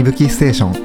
いぶきステーション、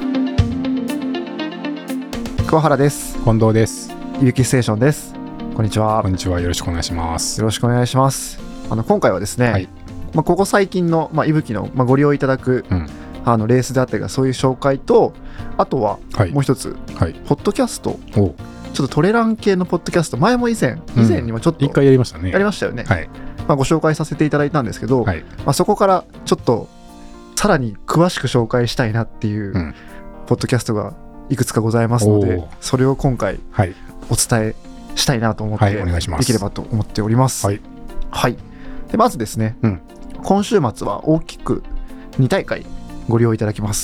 桑原です。 近藤です。 いぶきステーションです。こんにちは。 こんにちは。よろしくお願いします。 よろしくお願いします。今回はですね、 はい、 ここ最近の、いぶきの、ご利用いただく、レースであったりがそういう紹介と、あとはもう一つ、ポッドキャスト、ちょっとトレラン系のポッドキャスト、前にもちょっと一回やりましたね。 やりましたよね。ご紹介させていただいたんですけど、そこからちょっとさらに詳しく紹介したいなっていう、ポッドキャストがいくつかございますので、それを今回お伝えしたいなと思って、 お願いします。 できればと思っております。でまずですね、今週末は大きく2大会ご利用いただきます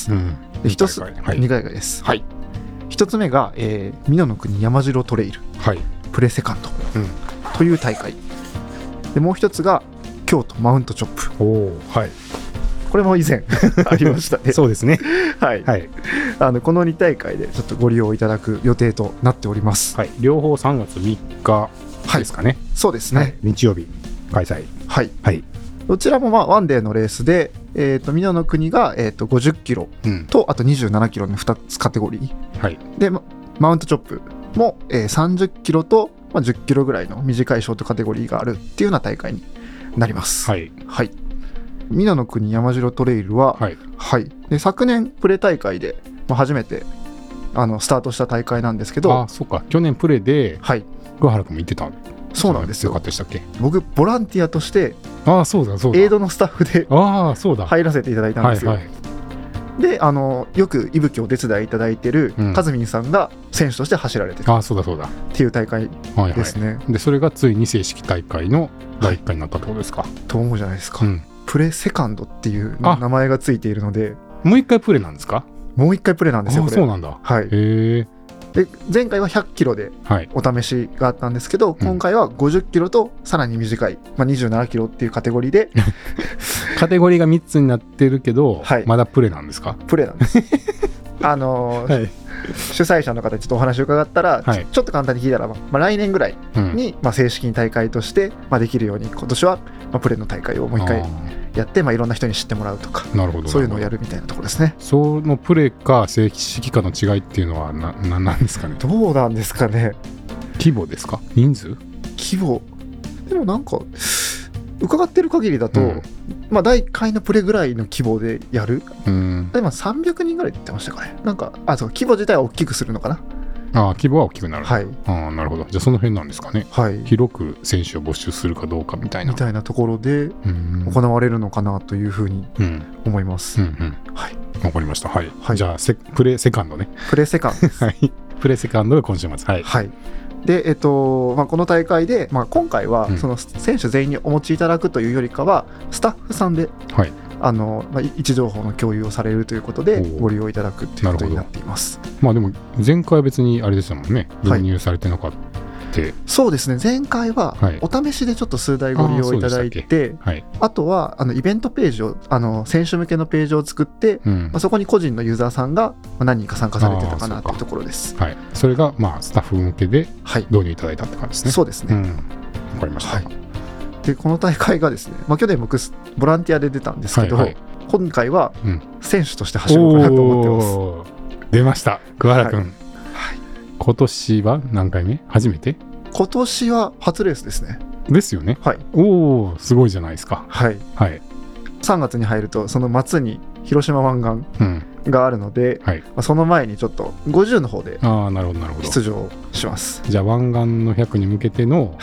。2大会です。1つ目が、美濃国山城トレイル、プレセカンド、という大会で、もう一つが京都マウントチョップ。これも以前ありましたね。 そうですね。 この2大会でちょっとご利用いただく予定となっております。 両方3月3日ですかね。 そうですね。 日曜日開催。 どちらもワンデーのレースで、美濃国が、50キロと、あと27キロの2つカテゴリー、でマウントチョップも、30キロと、10キロぐらいの短いショートカテゴリーがあるっていうような大会になります。美濃国山城トレイルは、で昨年プレ大会で、初めてスタートした大会なんですけど、 そうか、去年プレで桑原君も行ってた。 そうなんですよ。 よかったでしたっけ。 僕ボランティアとしてエイドのスタッフで入らせていただいたんですよ。でよく息吹をお手伝いいただいてるカズミンさんが選手として走られてたっていう大会ですね。 でそれがついに正式大会の第1回になったってことですか。 と思うじゃないですか。プレセカンドっていう名前がついているので、 もう一回プレなんですか。 もう一回プレなんですよ。これそうなんだ。 で前回は100キロでお試しがあったんですけど、今回は50キロとさらに短い、27キロっていうカテゴリーでカテゴリーが3つになってるけど、まだプレなんですか。 プレなんです。主催者の方にちょっとお話を伺ったら、ちょっと簡単に聞いたら、来年ぐらいに、正式に大会として、できるように今年は、プレの大会をもう一回やって、いろんな人に知ってもらうとか、そういうのをやるみたいなところですね。 そのプレか正式かの違いっていうのは何なんですかね。 どうなんですかね。 規模ですか。人数。 規模でもなんか伺ってる限りだと、第1回のプレぐらいの規模でやる。でも300人ぐらいって言ってましたかね。なんかそう、規模自体は大きくするのかな。 規模は大きくなる。なるほど。じゃあその辺なんですかね。広く選手を募集するかどうかみたいなところで行われるのかなというふうに思います。わかりました。じゃあプレセカンドね。 プレセカンドです。 プレセカンドが今週末。 でこの大会で、今回はその選手全員にお持ちいただくというよりかは、スタッフさんで、位置情報の共有をされるということでご利用いただくということになっています。 でも前回は別にあれでしたもんね、導入されてなかった。 そうですね。前回はお試しでちょっと数台ご利用いただいて、あとはイベントページを選手向けのページを作って、そこに個人のユーザーさんが何人か参加されてたかなというところです。 それがスタッフ向けで導入いただいたって感じですね。 そうですね。 わかりました。 でこの大会がですね、去年僕ボランティアで出たんですけど、今回は選手として走ろうかなと思ってます。 出ました、桑原君。今年は何回目？初めて？ 今年は初レースですね。 ですよね。すごいじゃないですか。3 月に入るとその末に広島湾岸があるので、その前にちょっと50の方で出場します。 じゃあ湾岸の100に向けての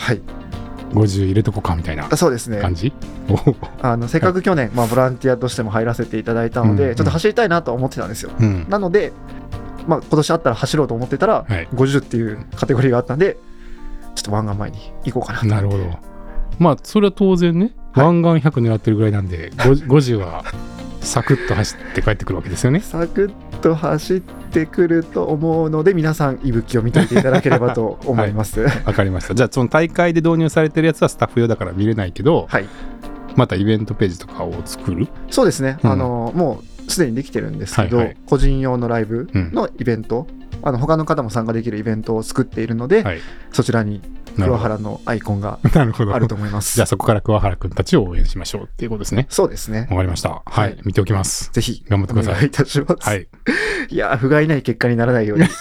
50入れとこうかみたいな感じ。 そうですね。せっかく去年、ボランティアとしても入らせていただいたので、ちょっと走りたいなと思ってたんですよ。なので今年あったら走ろうと思ってたら、50っていうカテゴリーがあったんで、ちょっと湾岸前に行こうかなと。 なるほど。それは当然ね、湾岸100狙ってるぐらいなんで、50はサクッと走って帰ってくるわけですよね。 サクッと走ってくると思うので、皆さん息吹を見ていていただければと思います。わかりました。じゃあその大会で導入されてるやつはスタッフ用だから見れないけど、またイベントページとかを作る。 そうですね。もうすでにできてるんですけど、個人用のライブのイベント他の方も参加できるイベントを作っているので、そちらに桑原のアイコンがあると思います。 じゃあそこから桑原くんたちを応援しましょうっていうことですね。 そうですね。 わかりました。はい。見ておきます。 ぜひ頑張ってください。 お願いいたします。 はい。 いやー、不甲斐ない結果にならないように。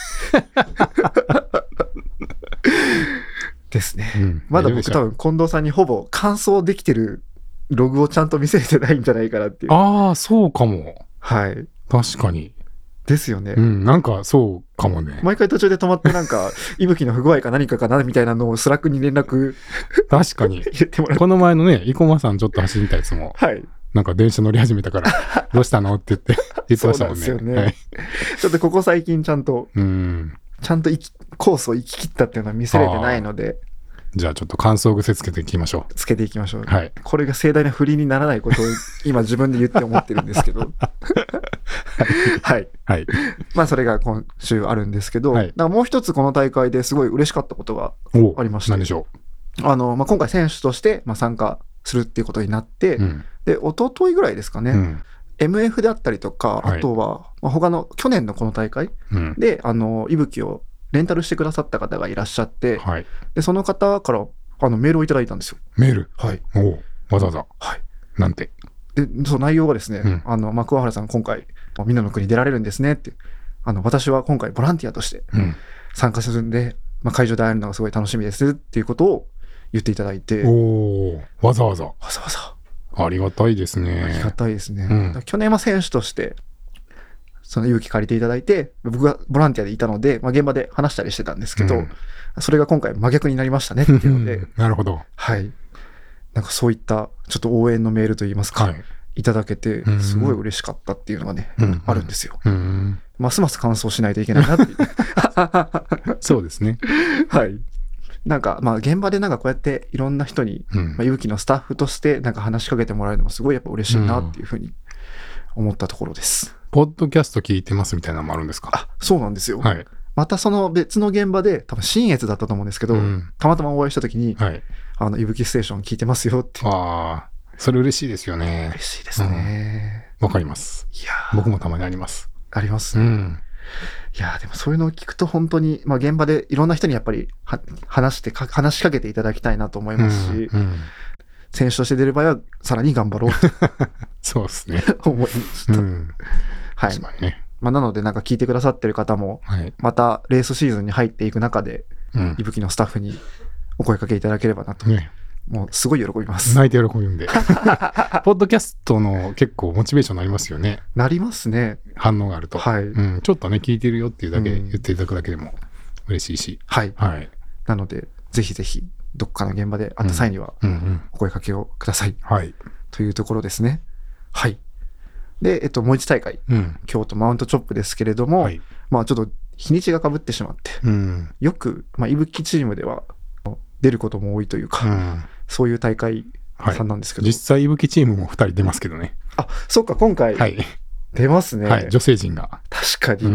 ですね。まだ僕多分近藤さんにほぼ完走できてるログをちゃんと見せてないんじゃないかなっていう。 ああ、そうかも。 はい。 確かに。 ですよね。 なんかそうかもね。 毎回途中で止まってなんか、息吹の不具合か何かかなみたいなのをスラックに連絡確かに。 言ってもらって。 この前のね、生駒さんちょっと走りたいつも。 はい。 なんか電車乗り始めたから、どうしたのって言ってましたもんね。そうですよね。はい、ちょっとここ最近ちゃんと、ちゃんとコースを行き切ったっていうのは見せれてないので。 じゃあちょっと感想癖つけていきましょう。 つけていきましょう。 はい。 これが盛大な振りにならないことを今自分で言って思ってるんですけど。はい。 はい。 まあそれが今週あるんですけど、だからもう一つこの大会ですごい嬉しかったことがありまして。 何でしょう。 今回選手として参加するっていうことになって、で、一昨日ぐらいですかね。MF であったりとか、あとは、他の去年のこの大会で、息吹をレンタルしてくださった方がいらっしゃって、でその方からメールをいただいたんですよ。 メール。 はい。 わざわざ。 はい。 なんて。 で、その内容はですね、桑原さん今回、みんなの国出られるんですねって、私は今回ボランティアとして参加するんで、会場で会えるのがすごい楽しみですっていうことを言っていただいて。 わざわざ。 わざわざ。 ありがたいですね。 ありがたいですね。去年は選手として、その勇気借りていただいて、僕がボランティアでいたので、現場で話したりしてたんですけど、それが今回真逆になりましたねっていうので。 なるほど。 はい。なんかそういったちょっと応援のメールといいますか、いただけて、すごい嬉しかったっていうのがね、あるんですよ。ますます完走しないといけないなっていう。 そうですね。 はい。なんか現場でなんかこうやっていろんな人に、勇気のスタッフとしてなんか話しかけてもらえるのもすごいやっぱ嬉しいなっていうふうに思ったところです。 ポッドキャスト聞いてますみたいなのもあるんですか？ そうなんですよ。 はい。 またその別の現場で、多分信越だったと思うんですけど、たまたまお会いした時に、いぶきステーション聞いてますよって。 それ嬉しいですよね。 嬉しいですね。 わかります。いや僕もたまにあります。 あります。いやでもそういうのを聞くと本当に、現場でいろんな人にやっぱり話しかけていただきたいなと思いますし、選手として出る場合はさらに頑張ろうとそうですね。 思いました。はい。 確かにね。 なのでなんか聞いてくださってる方も、またレースシーズンに入っていく中で、いぶきのスタッフにお声かけいただければなと。もうすごい喜びます。 泣いて喜ぶんで。ポッドキャストの結構モチベーションになりますよね。 なりますね。 反応があると。 はい。 ちょっとね、聞いてるよっていうだけ言っていただくだけでも嬉しいし。 はい。なので、ぜひぜひ、どっかの現場で会った際には、お声かけをください。 はい。 というところですね。はい。で、もう一大会、京都マウントチョップですけれども、ちょっと日にちが被ってしまって、よく、いぶきチームでは出ることも多いというか、そういう大会さんなんですけど。 実際、いぶきチームも2人出ますけどね。 そっか、今回、出ますね。 はい、女性陣が。 確かに。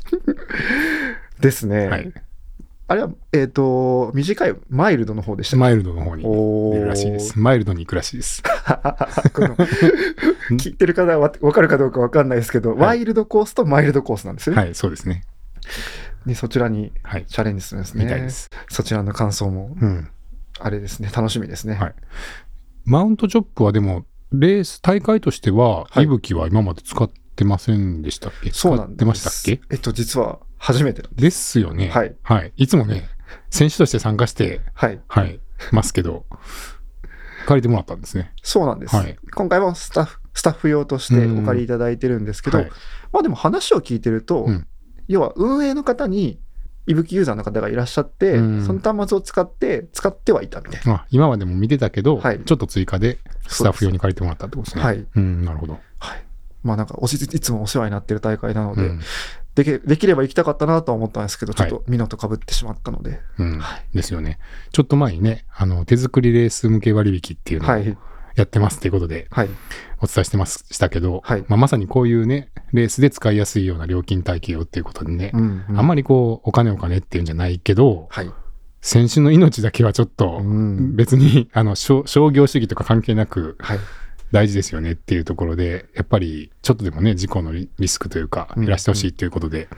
ですね。あれは、短いマイルドの方でしたマイルドの方に出るらしいです。マイルドに行くらしいです。 聞いてる方は分かるかどうか分かんないですけど、ワイルドコースとマイルドコースなんですね。 はい、そうですね。 で、そちらにチャレンジするんですね。 みたいです。 そちらの感想も、あれですね、楽しみですね。 マウントチョップはでも、レース、大会としては、いぶきは今まで使ってませんでしたっけ？ そうなんです。 使ってましたっけ？ 実は初めてなんです。 ですよね。はい。いつもね、選手として参加して、ますけど、借りてもらったんですね。 そうなんです。今回もスタッフ用としてお借りいただいてるんですけど、でも話を聞いてると、要は運営の方に、いぶきユーザーの方がいらっしゃって、その端末を使ってはいたみたいな。 今までも見てたけど、ちょっと追加でスタッフ用に借りてもらったってことですね。なるほど。 なんかいつもお世話になってる大会なので、できれば行きたかったなとは思ったんですけど、ちょっとミノと被ってしまったので。 ですよね。ちょっと前にね、手作りレース向け割引っていうのをやってますっていうことで、お伝えしてましたけど、まさにこういうね、レースで使いやすいような料金体系をっていうことでね、あんまりこう、お金っていうんじゃないけど、選手の命だけはちょっと、別に、商業主義とか関係なく、大事ですよねっていうところで、やっぱりちょっとでもね、事故のリスクというか減らしてほしいということで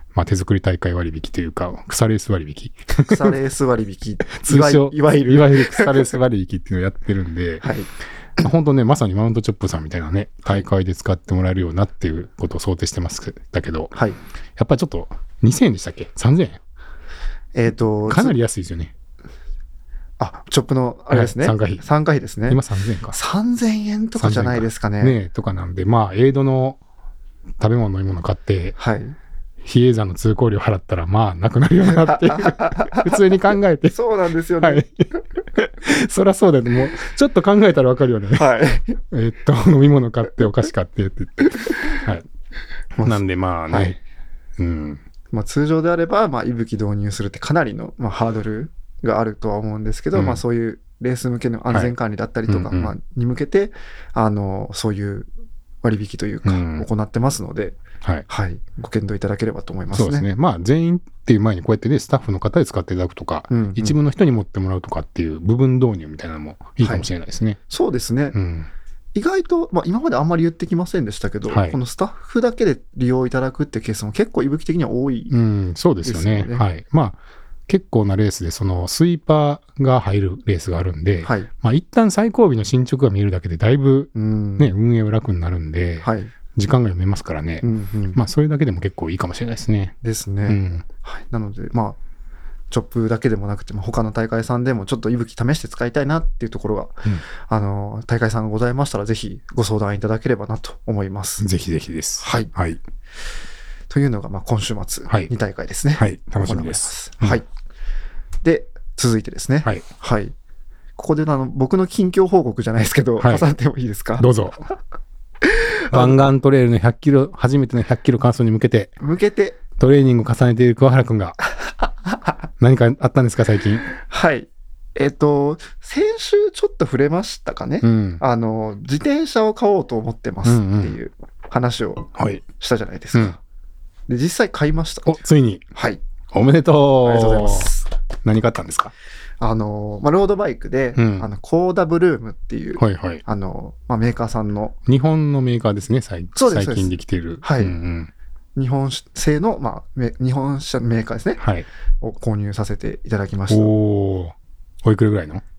まあ、手作り大会割引というか、草レース割引。 草レース割引。 通称、 いわゆる草レース割引っていうのをやってるんで、はい。本当ね、まさにマウントチョップさんみたいなね、大会で使ってもらえるようなっていうことを想定してますだけど、はい。やっぱりちょっと、2000円でしたっけ ?3000 円かなり安いですよね。 チョップの、あれですね。 参加費。 参加費ですね。 今3000円か。 3000円とかじゃないですかね。 ねとかなんで、まあ、エイドの食べ物、飲み物買って、はい。比叡山の通行料払ったら、まあ、なくなるよなっていう、普通に考えて。 そうなんですよね。はい。 そりゃそうだよね。もう、ちょっと考えたらわかるよね。はい。飲み物買って、お菓子買ってって言って。はい。なんで、まあね。はい、 うん。まあ、通常であれば、まあ、息吹導入するってかなりの、まあ、ハードルがあるとは思うんですけど、まあ、そういうレース向けの安全管理だったりとか、まあ、に向けて、そういう割引というか、行ってますので、はい。はい。ご検討いただければと思いますね。 そうですね。まあ、全員っていう前にこうやってね、スタッフの方で使っていただくとか、一部の人に持ってもらうとかっていう部分導入みたいなのもいいかもしれないですね。 そうですね。意外と、まあ、今まであんまり言ってきませんでしたけど、このスタッフだけで利用いただくってケースも結構、息吹的には多い、 そうですよね。はい。まあ、結構なレースで、スイーパーが入るレースがあるんで、はい、まあ、一旦最後尾の進捗が見えるだけで、だいぶ、ね、運営は楽になるんで、はい、時間が読めますからね。まあ、それだけでも結構いいかもしれないですね。 ですね。はい。なので、まあ、チョップだけでもなくて、他の大会さんでもちょっと息吹試して使いたいなっていうところが、大会さんがございましたら、ぜひご相談いただければなと思います。 ぜひぜひです。 はい。はい。というのが、まあ、今週末、2大会ですね。 はい。楽しみです。 はい。で、続いてですね。はい。はい。ここで僕の近況報告じゃないですけど、挟んでもいいですか？ どうぞ。湾岸トレイルの100キロ、初めての100キロ完走に向けて、トレーニングを重ねている桑原くんが、何かあったんですか、最近。 はい。先週ちょっと触れましたかね。自転車を買おうと思ってますっていう話をしたじゃないですか。で、実際買いました。 ついに。 はい。 おめでとう。 ありがとうございます。 何買ったんですか？ まあ、ロードバイクで、コーダブルームっていう、はいはい。まあ、メーカーさんの。 日本のメーカーですね、最近できている。 はい。日本製の、まあ、日本車メーカーですね。はい。を購入させていただきました。 おいくらぐらいの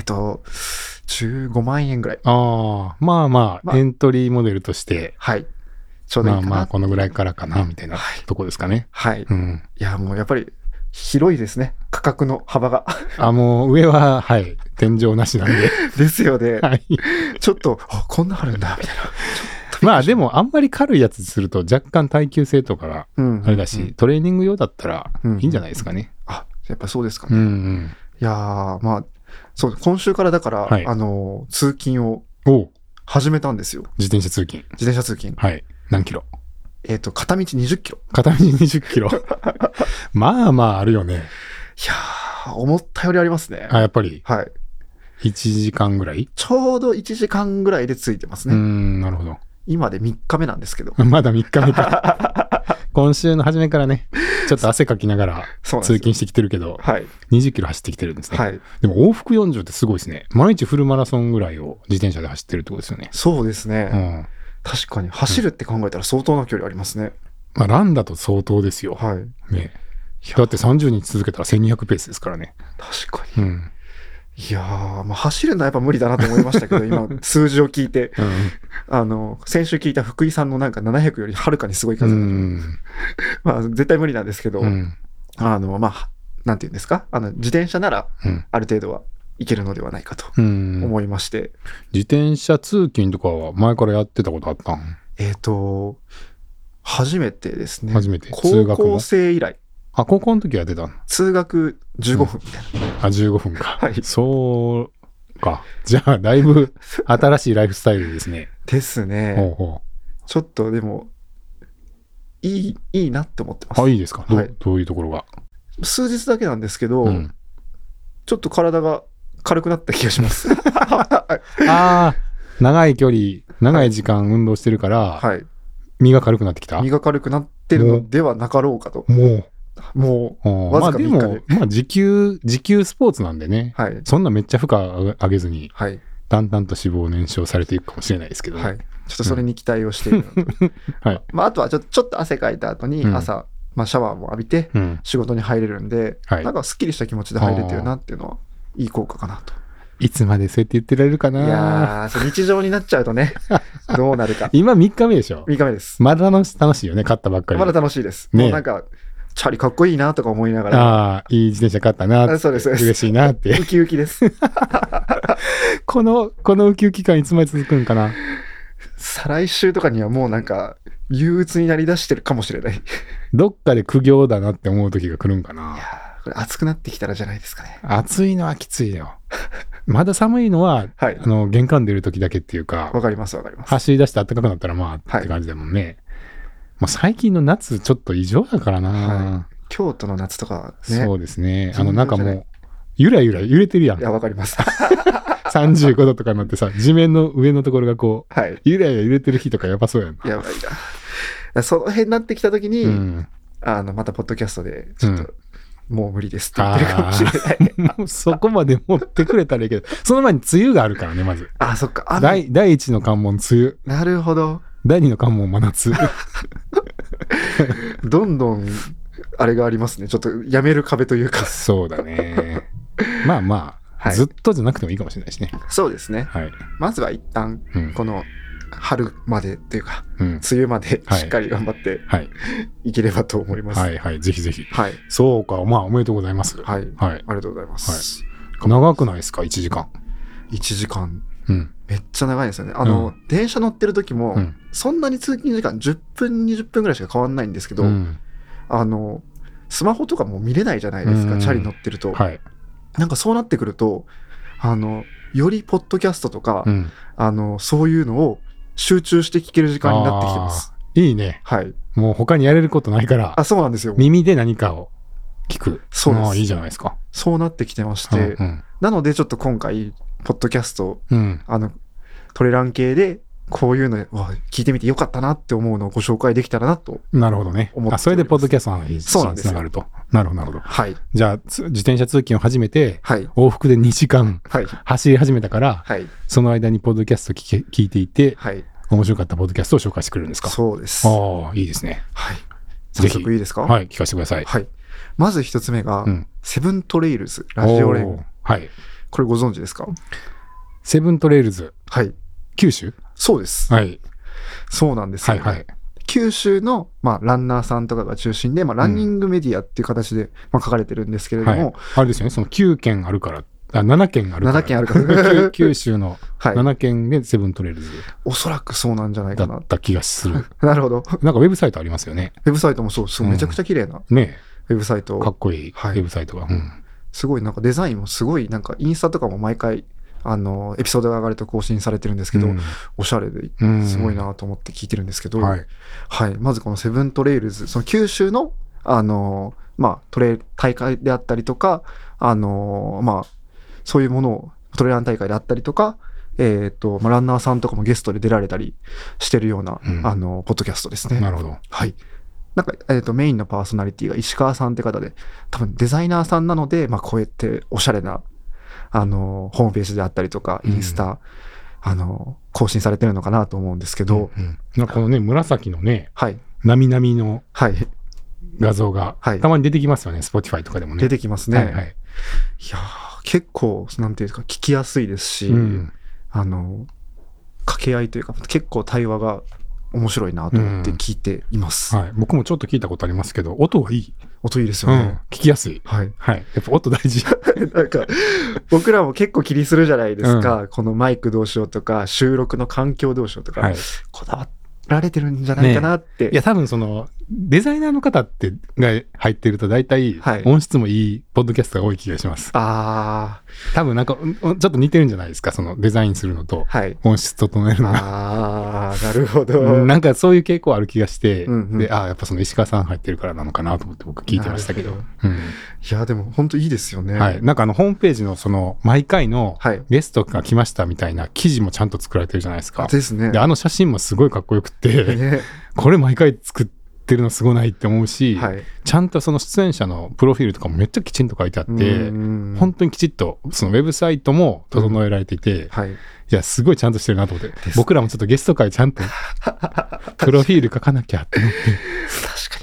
？15万円ぐらい。 まあまあ、エントリーモデルとして。 はい。ちょうどいいかな。 まあ、このぐらいからかな、みたいなとこですかね。 はい。いや、もうやっぱり、広いですね。価格の幅が。 もう上は、はい。天井なしなんで。 ですよね。はい。ちょっと、こんなあるんだ、みたいな。 まあでも、あんまり軽いやつすると若干耐久性とかがあれだし、トレーニング用だったらいいんじゃないですかね。 やっぱそうですかね。いやー、まあ、そう、今週からだから、通勤を始めたんですよ。 自転車通勤。はい。何キロ？ 片道20キロ。 片道20キロ。まあまああるよね。いやー、思ったよりありますね。 やっぱり。 はい。 1時間ぐらい？ ちょうど1時間ぐらいで着いてますね。 なるほど。 今で3日目なんですけど。 まだ3日目か。今週の初めからね、ちょっと汗かきながら通勤してきてるけど、20キロ走ってきてるんですね。はい。でも往復40ってすごいですね。毎日フルマラソンぐらいを自転車で走ってるってことですよね。 そうですね。確かに走るって考えたら相当な距離ありますね。 まあランだと相当ですよ。はい。ね。だって30日続けたら1200ペースですからね。 確かに。いやー、まあ、走るのはやっぱ無理だなと思いましたけど、今、数字を聞いて、先週聞いた福井さんのなんか700よりはるかにすごい数まあ、絶対無理なんですけど、まあ、なんていうんですか、自転車なら、ある程度はいけるのではないかと思いまして。 自転車通勤とかは前からやってたことあったん？ 初めてですね。 初めて。 高校生以来。 高校の時は出たの？ 通学15分みたいな。 15分か。はい。そうか。じゃあ、だいぶ新しいライフスタイルですね。 ですね。ちょっとでも、いいなって思ってます。 いいですか？どういうところが？ 数日だけなんですけど、ちょっと体が軽くなった気がします。 長い距離、長い時間運動してるから、身が軽くなってきた？ 身が軽くなってるのではなかろうかと。もう、わずか3日で。 まあでも、持久スポーツなんでね。そんなめっちゃ負荷上げずに、だんだんと脂肪を燃焼されていくかもしれないですけどね。 ちょっとそれに期待をしているので。まああとはちょっと汗かいた後に朝、 まあ、シャワーも浴びて仕事に入れるんで、なんかすっきりした気持ちで入れてるなっていうのはいい効果かなと。 いつまでそうやって言ってられるかな。 いやー、日常になっちゃうとね、どうなるか。 今3日目でしょ。 3日目です。 まだ楽しいよね、買ったばっかり。 まだ楽しいです。ね、もうなんか、チャリかっこいいなとか思いながら。 ああ、いい自転車買ったなって。 そうです、 嬉しいなって。 ウキウキです。 このウキウキ感いつまで続くんかな。 再来週とかにはもうなんか、憂鬱になりだしてるかもしれない。 どっかで苦行だなって思う時が来るんかな。いやこれ暑くなってきたらじゃないですかね。 暑いのはきついよ。まだ寒いのは、はい、玄関出る時だけっていうか。 わかります、わかります。 走り出して暖かくなったらまあって感じだもんね。はい、もう最近の夏ちょっと異常だからな、 はい。京都の夏とかね。 そうですね。なんかもう、ゆらゆら揺れてるやん。 いや、わかります。 35度とかになってさ、地面の上のところがこう、 はい、 ゆらゆら揺れてる日とかやばそうやん。 やばいな。その辺になってきたときに、またポッドキャストで、ちょっと、もう無理ですって言ってるかもしれない。 もうそこまで持ってくれたらいいけど、その前に梅雨があるからね、まず。 そっか。 第一の関門、梅雨。 なるほど。 第二の関門、真夏。 どんどん、あれがありますね。ちょっと、やめる壁というか。 そうだね。まあまあ、ずっとじゃなくてもいいかもしれないしね。 そうですね。 はい。 まずは一旦、この、春までっていうか、梅雨までしっかり頑張っていければと思います。 はいはい、ぜひぜひ。 はい。 そうか、まあおめでとうございます。 はい。ありがとうございます。 長くないですか、1時間。 1時間。めっちゃ長いですよね。電車乗ってる時も、そんなに通勤時間10分、20分ぐらいしか変わんないんですけど、スマホとかも見れないじゃないですか、チャリ乗ってると。なんかそうなってくると、よりポッドキャストとか、そういうのを集中して聞ける時間になってきてます。 いいね。 はい。 もう他にやれることないから。 そうなんですよ。 耳で何かを聞く。 そうです。 いいじゃないですか。 そうなってきてまして。なのでちょっと今回、ポッドキャスト、トレラン系で、こういうの聞いてみてよかったなって思うのをご紹介できたらなと。 なるほどね。それでポッドキャストの話につながると。なるほど、なるほど。 はい。 じゃあ、自転車通勤を始めて、往復で2時間走り始めたから、その間にポッドキャスト聞いていて、面白かったポッドキャストを紹介してくれるんですか？ そうです。 いいですね。 はい。早速いいですか？ はい、聞かせてください。 はい。まず一つ目が、セブントレイルズラジオ連合。 はい。 これご存知ですか？ セブントレイルズ。 はい。 九州？ そうです。 はい。 そうなんですよ。はいはい。九州の、ランナーさんとかが中心で、ランニングメディアっていう形で、書かれてるんですけれども、 あれですよね、その9県あるから、7県あるから。 7県あるから。 九州の7県でセブントレイルズ。 おそらくそうなんじゃないかな。 だった気がする。 なるほど。 なんかウェブサイトありますよね。 ウェブサイトもそう、めちゃくちゃ綺麗な。 ね。 ウェブサイト。 かっこいいウェブサイトが。 すごいなんかデザインもすごいなんかインスタとかも毎回エピソードが上がると更新されてるんですけど、おしゃれですごいなと思って聞いてるんですけど、はい、まずこのセブントレイルズ、その九州の大会であったりとか、そういうものをトレラン大会であったりとか、ランナーさんとかもゲストで出られたりしてるような、ポッドキャストですね。 なるほど。 はい。なんか、メインのパーソナリティが石川さんって方で、多分デザイナーさんなので、こうやっておしゃれな、ホームページであったりとか、インスタ、更新されてるのかなと思うんですけど。 なんかこのね、紫のね、なみなみの画像が、たまに出てきますよね、Spotify とかでもね。 出てきますね。いやー、結構、なんていうか、聞きやすいですし、掛け合いというか、結構対話が面白いなと思って聞いています。 僕もちょっと聞いたことありますけど、音はいい。 音いいですよね。 聞きやすい。やっぱ音大事。 なんか、僕らも結構気にするじゃないですか。このマイクどうしようとか、収録の環境どうしようとか、こだわられてるんじゃないかなって。 いや、多分その、デザイナーの方ってが入ってると大体音質もいいポッドキャストが多い気がします。多分なんかちょっと似てるんじゃないですか、そのデザインするのと音質整えるのが。 なるほど。 なんかそういう傾向ある気がして、で、やっぱその石川さん入ってるからなのかなと思って僕聞いてましたけど。 いや、でも本当いいですよね。 なんかホームページのその毎回のゲストが来ましたみたいな記事もちゃんと作られてるじゃないですか。 ですね。 で、写真もすごいかっこよくて、これ毎回作ってるのすごないって思うし、ちゃんとその出演者のプロフィールとかもめっちゃきちんと書いてあって、本当にきちっとそのウェブサイトも整えられていて、いや、すごいちゃんとしてるなと思って、僕らもちょっとゲスト会ちゃんとプロフィール書かなきゃって思って。 確かに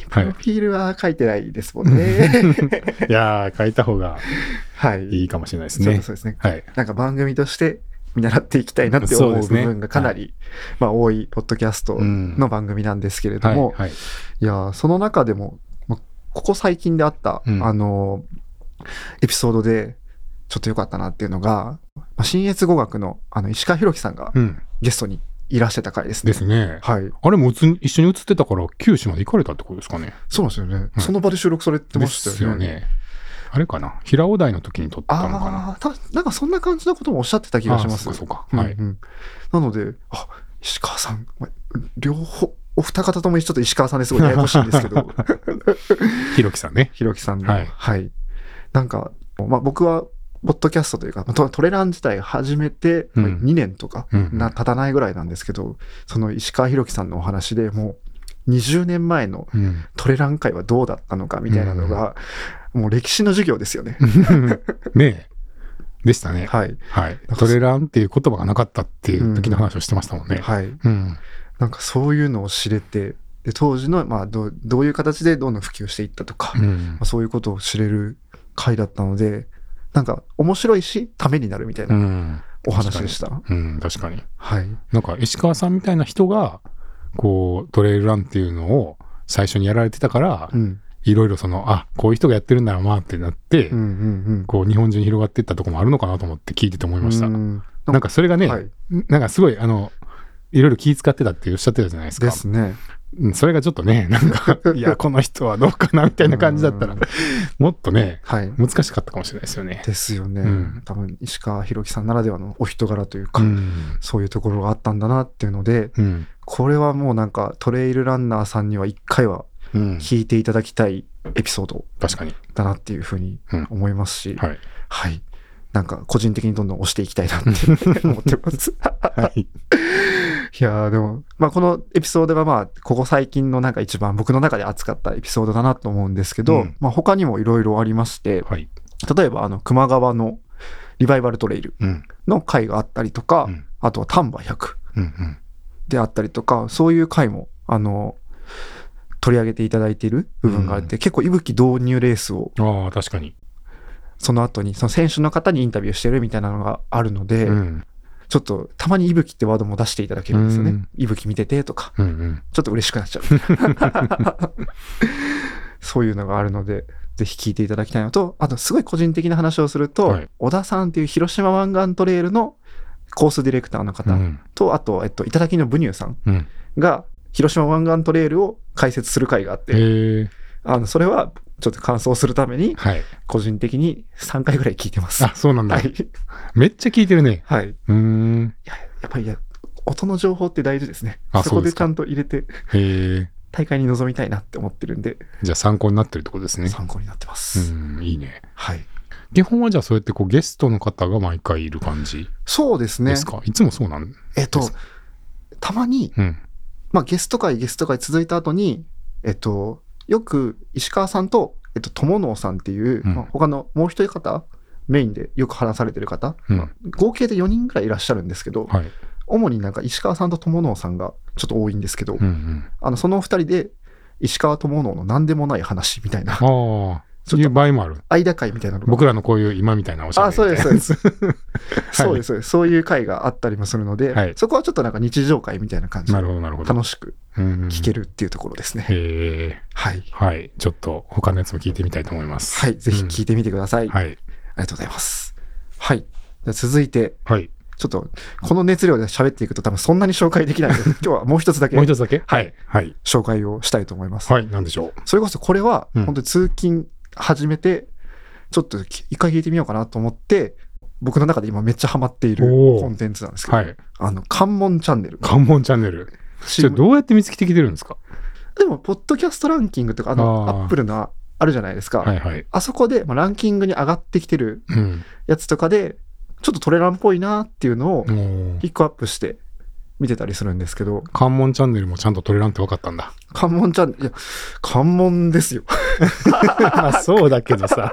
プロフィールは書いてないですもんね。 いやー、書いた方がいいかもしれないですね。 そうですね。はい。なんか番組として見習っていきたいなって思う部分がかなり、まあ多いポッドキャストの番組なんですけれども、いや、その中でも、ここ最近であった、エピソードで、ちょっと良かったなっていうのが、信越語学の石川博樹さんがゲストにいらっしゃった回ですね。 ですね。 はい。 あれも一緒に映ってたから、九州まで行かれたってことですかね。 そうなんですよね。その場で収録されてましたよね。 ですよね。あれかな、平尾台の時に撮ったのかな。 なんかそんな感じのこともおっしゃってた気がします。 そうか。はい。 なので、石川さん、両方、お二方ともちょっと石川さんですごいややこしいんですけど。 博樹さんね。 博樹さんの。はい。なんか、僕は、ポッドキャストというか、トレラン自体始めて2年とか経たないぐらいなんですけど、その石川博樹さんのお話でもう20年前のトレラン会はどうだったのかみたいなのが、もう歴史の授業ですよね。 ねえ。でしたね。 はい。 トレランっていう言葉がなかったっていう時の話をしてましたもんね。 はい。なんかそういうのを知れて、で当時の、どういう形でどんどん普及していったとか、そういうことを知れる回だったので、なんか面白いしためになるみたいなお話でした。 確かに。 はい。 なんか石川さんみたいな人が、こう、トレイルランっていうのを最初にやられてたから、いろいろこういう人がやってるんだろうなってなって、こう、日本中に広がっていったところもあるのかなと思って聞いてて思いました。なんかそれがね、なんかすごい、いろいろ気遣ってたっておっしゃってたじゃないですか。 ですね。 それがちょっとね、なんか、いや、この人はどうかなみたいな感じだったら、もっとね、難しかったかもしれないですよね。 ですよね。多分、石川博樹さんならではのお人柄というか、そういうところがあったんだなっていうので、これはもうなんかトレイルランナーさんには一回は聞いていただきたいエピソードだなっていうふうに思いますし、はい。なんか個人的にどんどん押していきたいなって思ってます。いやーでも、このエピソードがここ最近のなんか一番僕の中で扱ったエピソードだなと思うんですけど、他にもいろいろありまして、例えば球磨川のリバイバルトレイルの回があったりとか、あとは丹波100であったりとか、そういう回も取り上げていただいている部分があって、結構息吹導入レースを確かにその後にその選手の方にインタビューしてるみたいなのがあるので、ちょっとたまに息吹ってワードも出していただけるんですよね。息吹見ててとか、ちょっと嬉しくなっちゃう。そういうのがあるので、ぜひ聞いていただきたいのと、あとすごい個人的な話をすると、小田さんっていう広島湾岸トレイルのコースディレクターの方と、あと、頂のブニューさんが広島湾岸トレイルを解説する会があって、それはちょっと感想するために、個人的に3回ぐらい聞いてます。 そうなんだ。めっちゃ聞いてるね。 はい。やっぱり音の情報って大事ですね。そこでちゃんと入れて、大会に臨みたいなって思ってるんで。 じゃあ参考になってるってことですね。 参考になってます。 いいね。 はい。 基本はじゃあそうやってゲストの方が毎回いる感じ？ そうですね。 ですか？いつもそうなんですか？ たまに、ゲスト会続いた後に、よく石川さんと、友能さんっていう、他のもう一人方、メインでよく話されてる方、合計で4人ぐらいいらっしゃるんですけど、主になんか石川さんと友能さんがちょっと多いんですけど、そのお二人で石川友能の何でもない話みたいな。 そういう場合もある。 間会みたいなのが。 僕らのこういう今みたいなおしゃべりみたいな。 そうです。そうです。そういう会があったりもするので、そこはちょっとなんか日常会みたいな感じで楽しく聞けるっていうところですね。 はい。ちょっと他のやつも聞いてみたいと思います。 はい。ぜひ聞いてみてください。ありがとうございます。はい。じゃあ続いて、ちょっとこの熱量で喋っていくと多分そんなに紹介できないので、今日はもう一つだけ。 もう一つだけ？はい。 紹介をしたいと思います。 なんでしょう。 それこそこれは本当に通勤始めて、ちょっと一回聞いてみようかなと思って、僕の中で今めっちゃハマっているコンテンツなんですけど、関門チャンネル。 関門チャンネル。じゃあどうやって見つけてきてるんですか？ でも、ポッドキャストランキングとか、アップルのあるじゃないですか。あそこで、ランキングに上がってきてるやつとかで、ちょっとトレランっぽいなっていうのをピックアップして見てたりするんですけど。 関門チャンネルもちゃんとトレランって分かったんだ。 関門チャンネル、いや、関門ですよ。 そうだけどさ。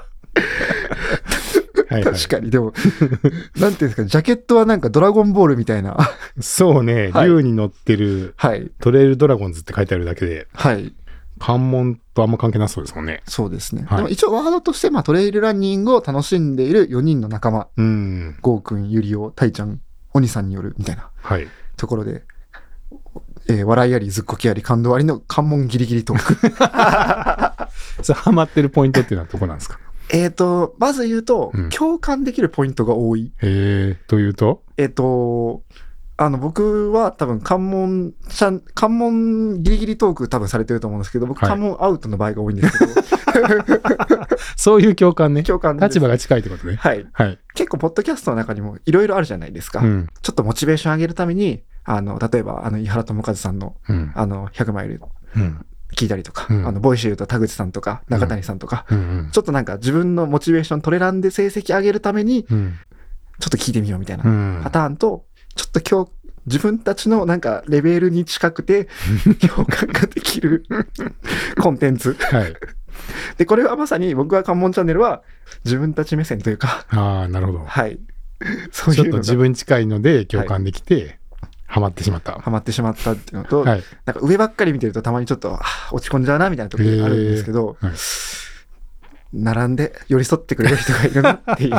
確かに、でも、なんていうんですか、ジャケットはなんかドラゴンボールみたいな。 そうね、竜に乗ってる、トレイルドラゴンズって書いてあるだけで、関門っとあんま関係なそうですもんね。 そうですね。でも一応ワードとして、トレイルランニングを楽しんでいる4人の仲間。ゴーくん、ユリオ、タイちゃん、オニさんによるみたいなところで、笑いあり、ずっこけあり、感動ありの関門ギリギリトーク。 それハマってるポイントっていうのはどこなんですか？ まず言うと、共感できるポイントが多い。 というと？ 僕は多分関門ギリギリトーク多分されてると思うんですけど、僕関門アウトの場合が多いんですけど。 そういう共感ね。 共感立場が近いってことね。 はい。結構、ポッドキャストの中にもいろいろあるじゃないですか。ちょっとモチベーション上げるために、例えば、井原智和さんの、100マイル聞いたりとか、ボイシーと田口さんとか、中谷さんとか、ちょっとなんか自分のモチベーショントレランで成績上げるために、ちょっと聞いてみようみたいなパターンと、ちょっと自分たちのなんかレベルに近くて共感ができるコンテンツ。で、これはまさに僕は関門チャンネルは自分たち目線というか。 なるほど。 はい。 そういうのちょっと自分に近いので共感できて、ハマってしまった。 ハマってしまったっていうのと、なんか上ばっかり見てるとたまにちょっと落ち込んじゃうなみたいなところがあるんですけど、並んで寄り添ってくれる人がいるなっていう。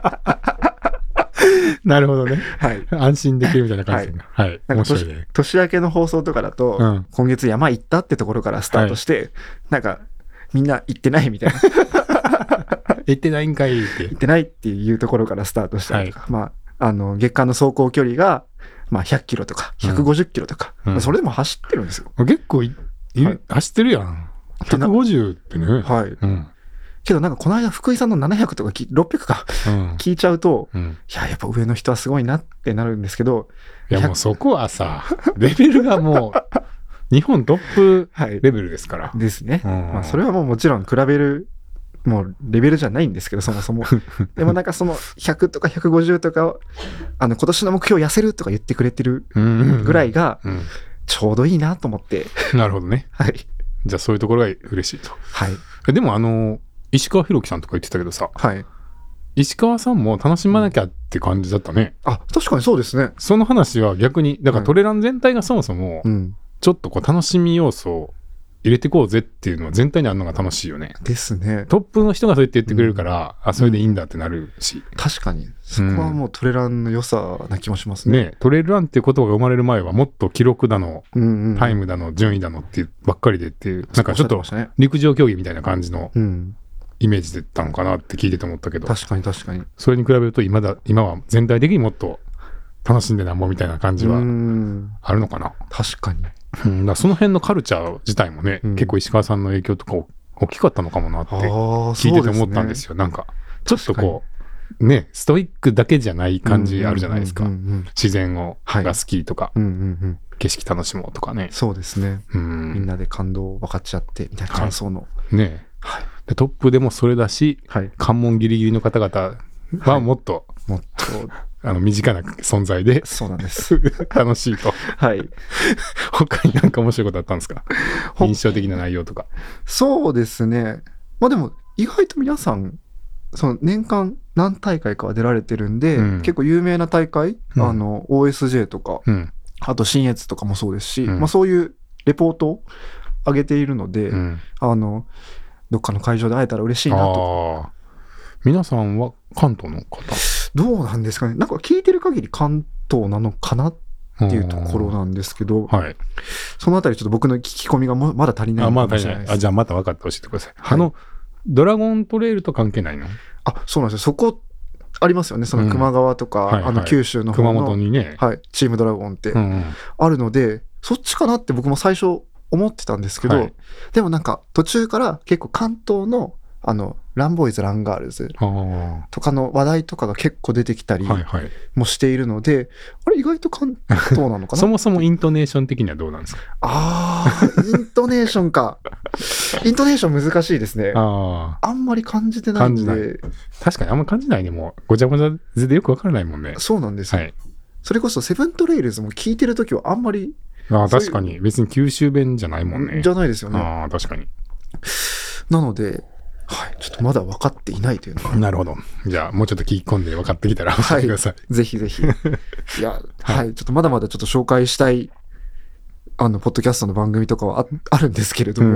なるほどね。安心できるみたいな感じですね。 なんか年明けの放送とかだと、今月山行ったってところからスタートして、なんかみんな行ってないみたいな。 行ってないんかいって。 行ってないっていうところからスタートしたりとか、月間の走行距離が、100キロとか150キロとか、それでも走ってるんですよ。 結構走ってるやん。150ってね。 けどなんかこの間福井さんの700とか600か、聞いちゃうと、やっぱ上の人はすごいなってなるんですけど。 いやもうそこはさ、レベルがもう、日本トップレベルですから。 ですね。それはもちろん比べる、もうレベルじゃないんですけど、そもそも。でもなんかその100とか150とか、今年の目標痩せるとか言ってくれてるぐらいが、ちょうどいいなと思って。 なるほどね。じゃあそういうところが嬉しいと。でも石川博樹さんとか言ってたけどさ、石川さんも楽しまなきゃって感じだったね。 確かにそうですね。 その話は逆に、だからトレラン全体がそもそも、ちょっと楽しみ要素を入れてこうぜっていうのは全体にあるのが楽しいよね。 ですね。 トップの人がそうやって言ってくれるから、それでいいんだってなるし。 確かに。そこはもうトレランの良さな気もしますね。 トレランっていう言葉が生まれる前はもっと記録だの、タイムだの、順位だのっていうばっかりでっていう、なんかちょっと陸上競技みたいな感じの、イメージだったのかなって聞いてて思ったけど、 確かにそれに比べると今は全体的にもっと楽しんでなんぼみたいな感じはあるのかな。 確かに。 だその辺のカルチャー自体もね、結構石川さんの影響とか大きかったのかもなって聞いてて思ったんですよ。なんかちょっとストイックだけじゃない感じあるじゃないですか。自然が好きとか、景色楽しもうとかね。 そうですね。みんなで感動分かっちゃってみたいな感想の。 でトップでもそれだし、関門ギリギリの方々はもっと身近な存在で、 そうなんです。 楽しいと。他になんか面白いことあったんですか？印象的な内容とか。 そうですね。でも意外と皆さんその年間何大会かは出られてるんで、結構有名な大会、OSJ とか、あと信越とかもそうですし、そういうレポートを上げているので、どっかの会場で会えたら嬉しいなと。 皆さんは関東の方？ どうなんですかね。なんか聞いてる限り関東なのかなっていうところなんですけど、そのあたりちょっと僕の聞き込みがまだ足りないかもしれないです。 じゃあまた分かって教えてください。ドラゴントレイルと関係ないの？ そうなんですよ。そこありますよね。その球磨川とか、九州の方の熊本にね、 チームドラゴンってあるので、そっちかなって僕も最初思ってたんですけど、でもなんか途中から結構関東のランボーイズランガールズとかの話題とかが結構出てきたりもしているので、あれ意外と関東なのかな。 そもそもイントネーション的にはどうなんですか？ イントネーションか。イントネーション難しいですね。あんまり感じてないんで。 確かにあんま感じないね。もうごちゃごちゃでよくわからないもんね。 そうなんですよ。それこそセブントレイルズも聞いてるときはあんまり。 確かに別に九州弁じゃないもんね。 じゃないですよね。 確かに。 なので、ちょっとまだ分かっていないというのが。 なるほど。じゃあもうちょっと聞き込んで分かってきたら教えてください。 ぜひぜひ。いや、ちょっとまだまだちょっと紹介したいポッドキャストの番組とかは あるんですけれども、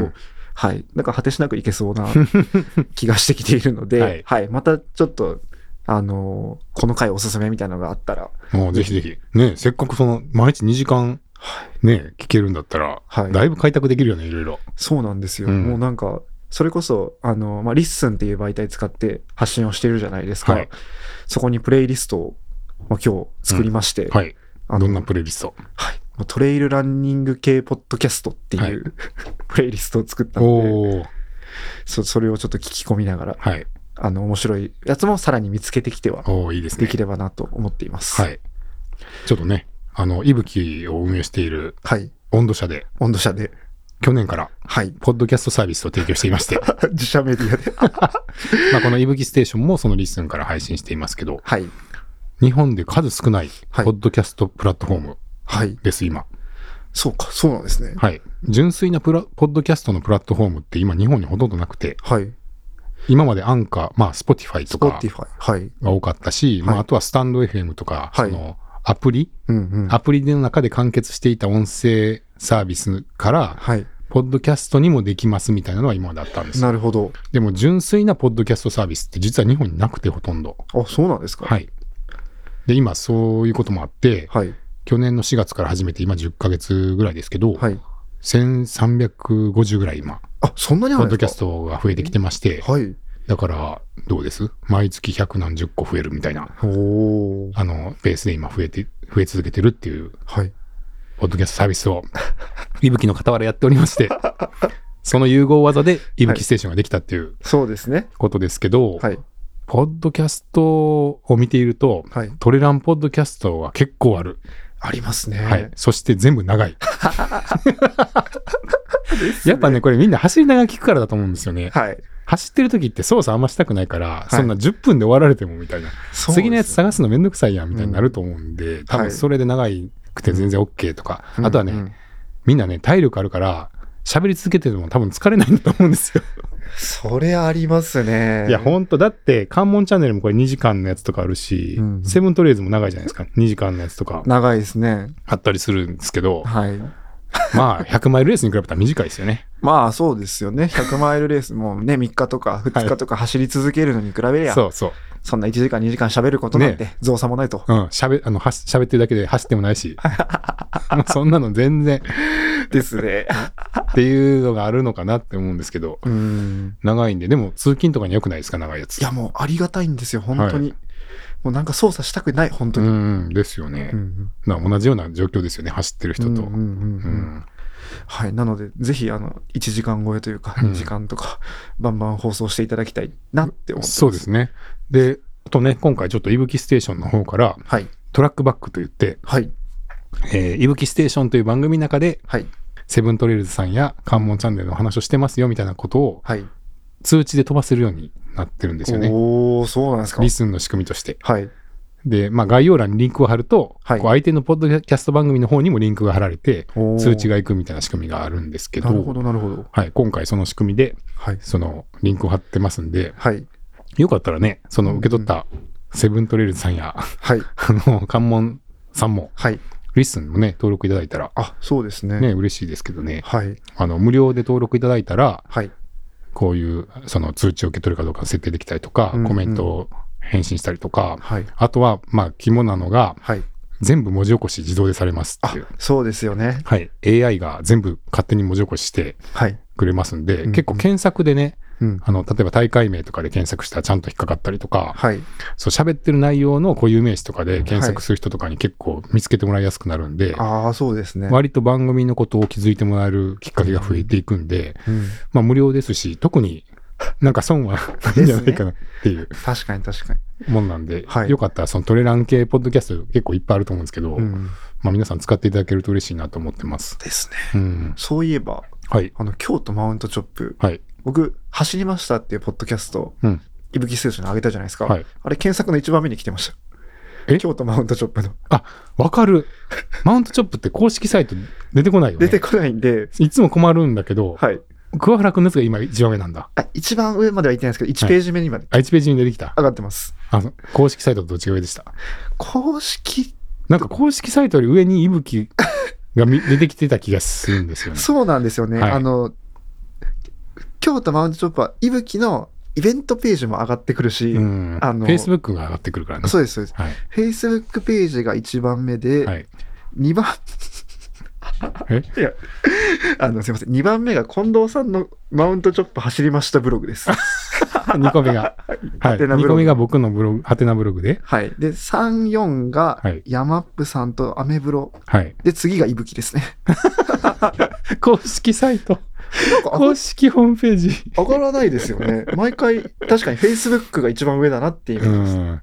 はい。なんか果てしなくいけそうな気がしてきているので、はい、はい。またちょっと、この回おすすめみたいなのがあったら。 もうぜひぜひ。ね、せっかく毎日2時間、ね、聞けるんだったら、はい、だいぶ開拓できるよね、いろいろ。 そうなんですよ。もうなんか、それこそ、リッスンっていう媒体使って発信をしているじゃないですか。はい、そこにプレイリストを、今日作りまして。 はい。どんなプレイリスト？ はい。トレイルランニング系ポッドキャストっていう、はい、プレイリストを作ったので、それをちょっと聞き込みながら、はい、面白いやつもさらに見つけてきては、いいですね、できればなと思っています。 はい。ちょっとね、いぶきを運営している、はい。温度社で、去年から、はい。ポッドキャストサービスを提供していまして、 自社メディアで。 まあこのいぶきステーションもそのリッスンから配信していますけど、はい。日本で数少ない、ポッドキャストプラットフォームです、今。 そうか、そうなんですね。 はい。純粋なポッドキャストのプラットフォームって今日本にほとんどなくて、はい。今までアンカー、まあ、Spotify とかが多かったし、まあ、あとはスタンド FM とか、アプリの中で完結していた音声サービスから、ポッドキャストにもできますみたいなのは今まであったんですよ。 なるほど。 でも、純粋なポッドキャストサービスって実は日本になくてほとんど。 あ、そうなんですか。 はい。で、今そういうこともあって、はい。去年の4月から始めて今10ヶ月ぐらいですけど、はい、1350ぐらい今、 そんなにあるんですか？ ポッドキャストが増えてきてまして、はい、だからどうです？毎月100何十個増えるみたいな、ペースで今増え続けてるっていう、はい、ポッドキャストサービスを、いぶきの傍らやっておりまして、その融合技でいぶきステーションができたっていう、 そうですね。 ことですけど、はい、ポッドキャストを見ていると、はい、トレランポッドキャストは結構ある。 ありますね。 はい。そして全部長い。やっぱね、これみんな走りながら聞くからだと思うんですよね。はい。走ってる時って操作あんましたくないから、はい、そんな10分で終わられてもみたいな。次のやつ探すのめんどくさいやんみたいになると思うんで、多分それで長くて全然 OK とか。あとはね、みんなね、体力あるから、喋り続けてても多分疲れないんだと思うんですよ。 それありますね。 いや、ほんと、だって、関門チャンネルもこれ2時間のやつとかあるし、セブントレイズも長いじゃないですか。2時間のやつとか。 長いですね。 あったりするんですけど、はい。まあ、100マイルレースに比べたら短いですよね。 まあ、そうですよね。100マイルレースもね、3日とか2日とか走り続けるのに比べりゃ、 そうそう。 そんな1時間2時間喋ることなんて造作もないと。 喋ってるだけで走ってもないし。そんなの全然。 ですね。 っていうのがあるのかなって思うんですけど。長いんで、でも通勤とかに良くないですか、長いやつ。 いや、もうありがたいんですよ、本当に。もうなんか操作したくない、本当に。 ですよね。同じような状況ですよね、走ってる人と。 はい。なので、ぜひ、1時間超えというか、2時間とか、バンバン放送していただきたいなって思ってます。 そうですね。で、あとね、今回ちょっといぶきステーションの方から、はい、トラックバックといって、はい。いぶきステーションという番組の中で、はい。セブントレイルズさんや関門チャンネルの話をしてますよみたいなことを、はい。通知で飛ばせるようになってるんですよね。 おー、そうなんですか。 リスンの仕組みとして。 はい。 で、まあ、概要欄にリンクを貼ると、はい、相手のポッドキャスト番組の方にもリンクが貼られて、通知がいくみたいな仕組みがあるんですけど、 なるほど、なるほど。 はい、今回その仕組みで、はい、そのリンクを貼ってますんで、はい、よかったらね、その受け取ったセブントレイルズさんや、はい、関門さんも、はい、リスンもね、登録いただいたら、 そうですね。 ね、嬉しいですけどね、はい、無料で登録いただいたら、はい、こういうその通知を受け取るかどうか設定できたりとか、コメントを返信したりとか、はい、あとは、まあ、肝なのが、はい、全部文字起こし自動でされますっていう。 そうですよね。 はい。AI が全部勝手に文字起こししてくれますんで、結構検索でね、例えば大会名とかで検索したらちゃんと引っかかったりとか、はい、そう喋ってる内容の固有名詞とかで検索する人とかに結構見つけてもらいやすくなるんで、 そうですね。 割と番組のことを気づいてもらえるきっかけが増えていくんで、まあ無料ですし、特になんか損はないんじゃないかなっていう。 確かに確かに。もんなんで、よかったらそのトレラン系ポッドキャスト結構いっぱいあると思うんですけど、まあ皆さん使っていただけると嬉しいなと思ってます。 ですね。そういえば、はい、京都マウントチョップ、はい、僕、走りましたっていうポッドキャスト、いぶきステーションに上げたじゃないですか。はい、あれ検索の一番目に来てました。京都マウントチョップの。 わかる。マウントチョップって公式サイト出てこないよね。 出てこないんで。 いつも困るんだけど、はい。桑原くんのやつが今一番上なんだ。 一番上までは行ってないんですけど、1ページ目にまで。 1ページに出てきた。 上がってます。 公式サイトとどっちが上でした？ 公式なんか公式サイトより上にいぶきが出てきてた気がするんですよね。 そうなんですよね。 京都マウントチョップは、いぶきのイベントページも上がってくるし、 Facebook が上がってくるからね。 そうです、そうです。はい、Facebook ページが1番目で、はい、2番、いや、すいません。2番目が近藤さんのマウントチョップ走りましたブログです。 2個目が。はい。2個目が僕のブログ、ハテナブログで。 はい。で、3、4が、ヤマップさんとアメブロ。はい。で、次がいぶきですね。 公式サイト。公式ホームページ。 上がらないですよね。毎回、確かに Facebook が一番上だなっていうイメージです。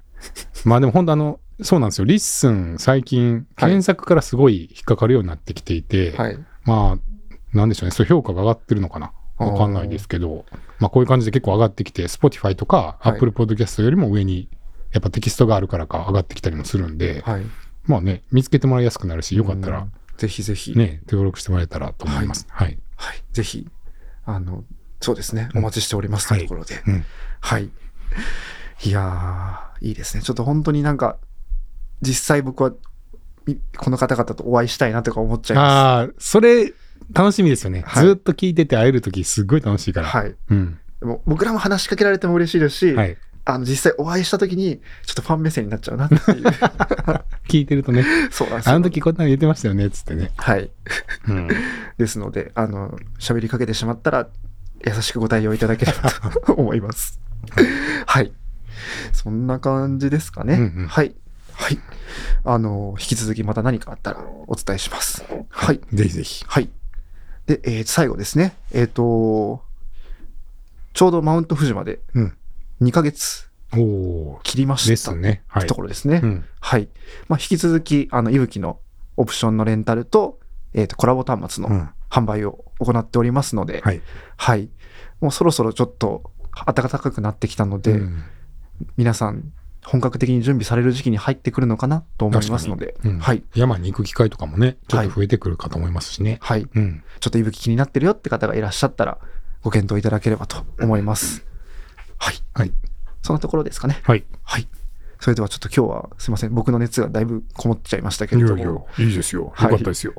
まあでも本当そうなんですよ。リッスン最近検索からすごい引っかかるようになってきていて、はい、まあなんでしょうね。そう評価が上がってるのかな。わかんないですけど、まあこういう感じで結構上がってきて、Spotify とか Apple Podcast よりも上にやっぱテキストがあるからか上がってきたりもするんで、はい、まあね、見つけてもらいやすくなるし、よかったら、 ぜひぜひ。 ね、登録してもらえたらと思います。はい。 はい。ぜひ、そうですね、お待ちしておりますというところで。はい。いやー、いいですね。ちょっと本当になんか、実際僕は、この方々とお会いしたいなとか思っちゃいます。ああ、それ、楽しみですよね。ずっと聞いてて会えるときすごい楽しいから。 はい。うん。でも僕らも話しかけられても嬉しいですし、はい、実際お会いしたときに、ちょっとファン目線になっちゃうなっていう。 聞いてるとね。 そうなんですよ。 あの時こんなの言ってましたよね、つってね。 はい。うん、ですので、喋りかけてしまったら、優しくご対応いただければと思います。はい。そんな感じですかね。うんうん、はい。はい。引き続きまた何かあったらお伝えします。はい。 ぜひぜひ。 はい。で、最後ですね。ちょうどマウント富士まで2ヶ月切りました、 ですね。 はい。ところですね。うん、はい。まあ、引き続き、いぶきのオプションのレンタルと、コラボ端末の販売を行っておりますので、はい。はい。もうそろそろちょっと暖かくなってきたので、皆さん、本格的に準備される時期に入ってくるのかなと思いますので、 はい。山に行く機会とかもね、ちょっと増えてくるかと思いますしね。 はい。ちょっといぶき気になってるよって方がいらっしゃったら、ご検討いただければと思います。はい。はい。そんなところですかね。 はい。 はい。それではちょっと今日はすいません。僕の熱がだいぶこもっちゃいましたけれども。 いいですよ。よかったですよ。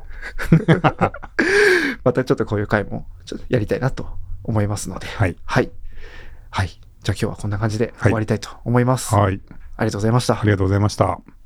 またちょっとこういう回もちょっとやりたいなと思いますので。はい。はい。はい。じゃあ今日はこんな感じで終わりたいと思います。はい。ありがとうございました。 ありがとうございました。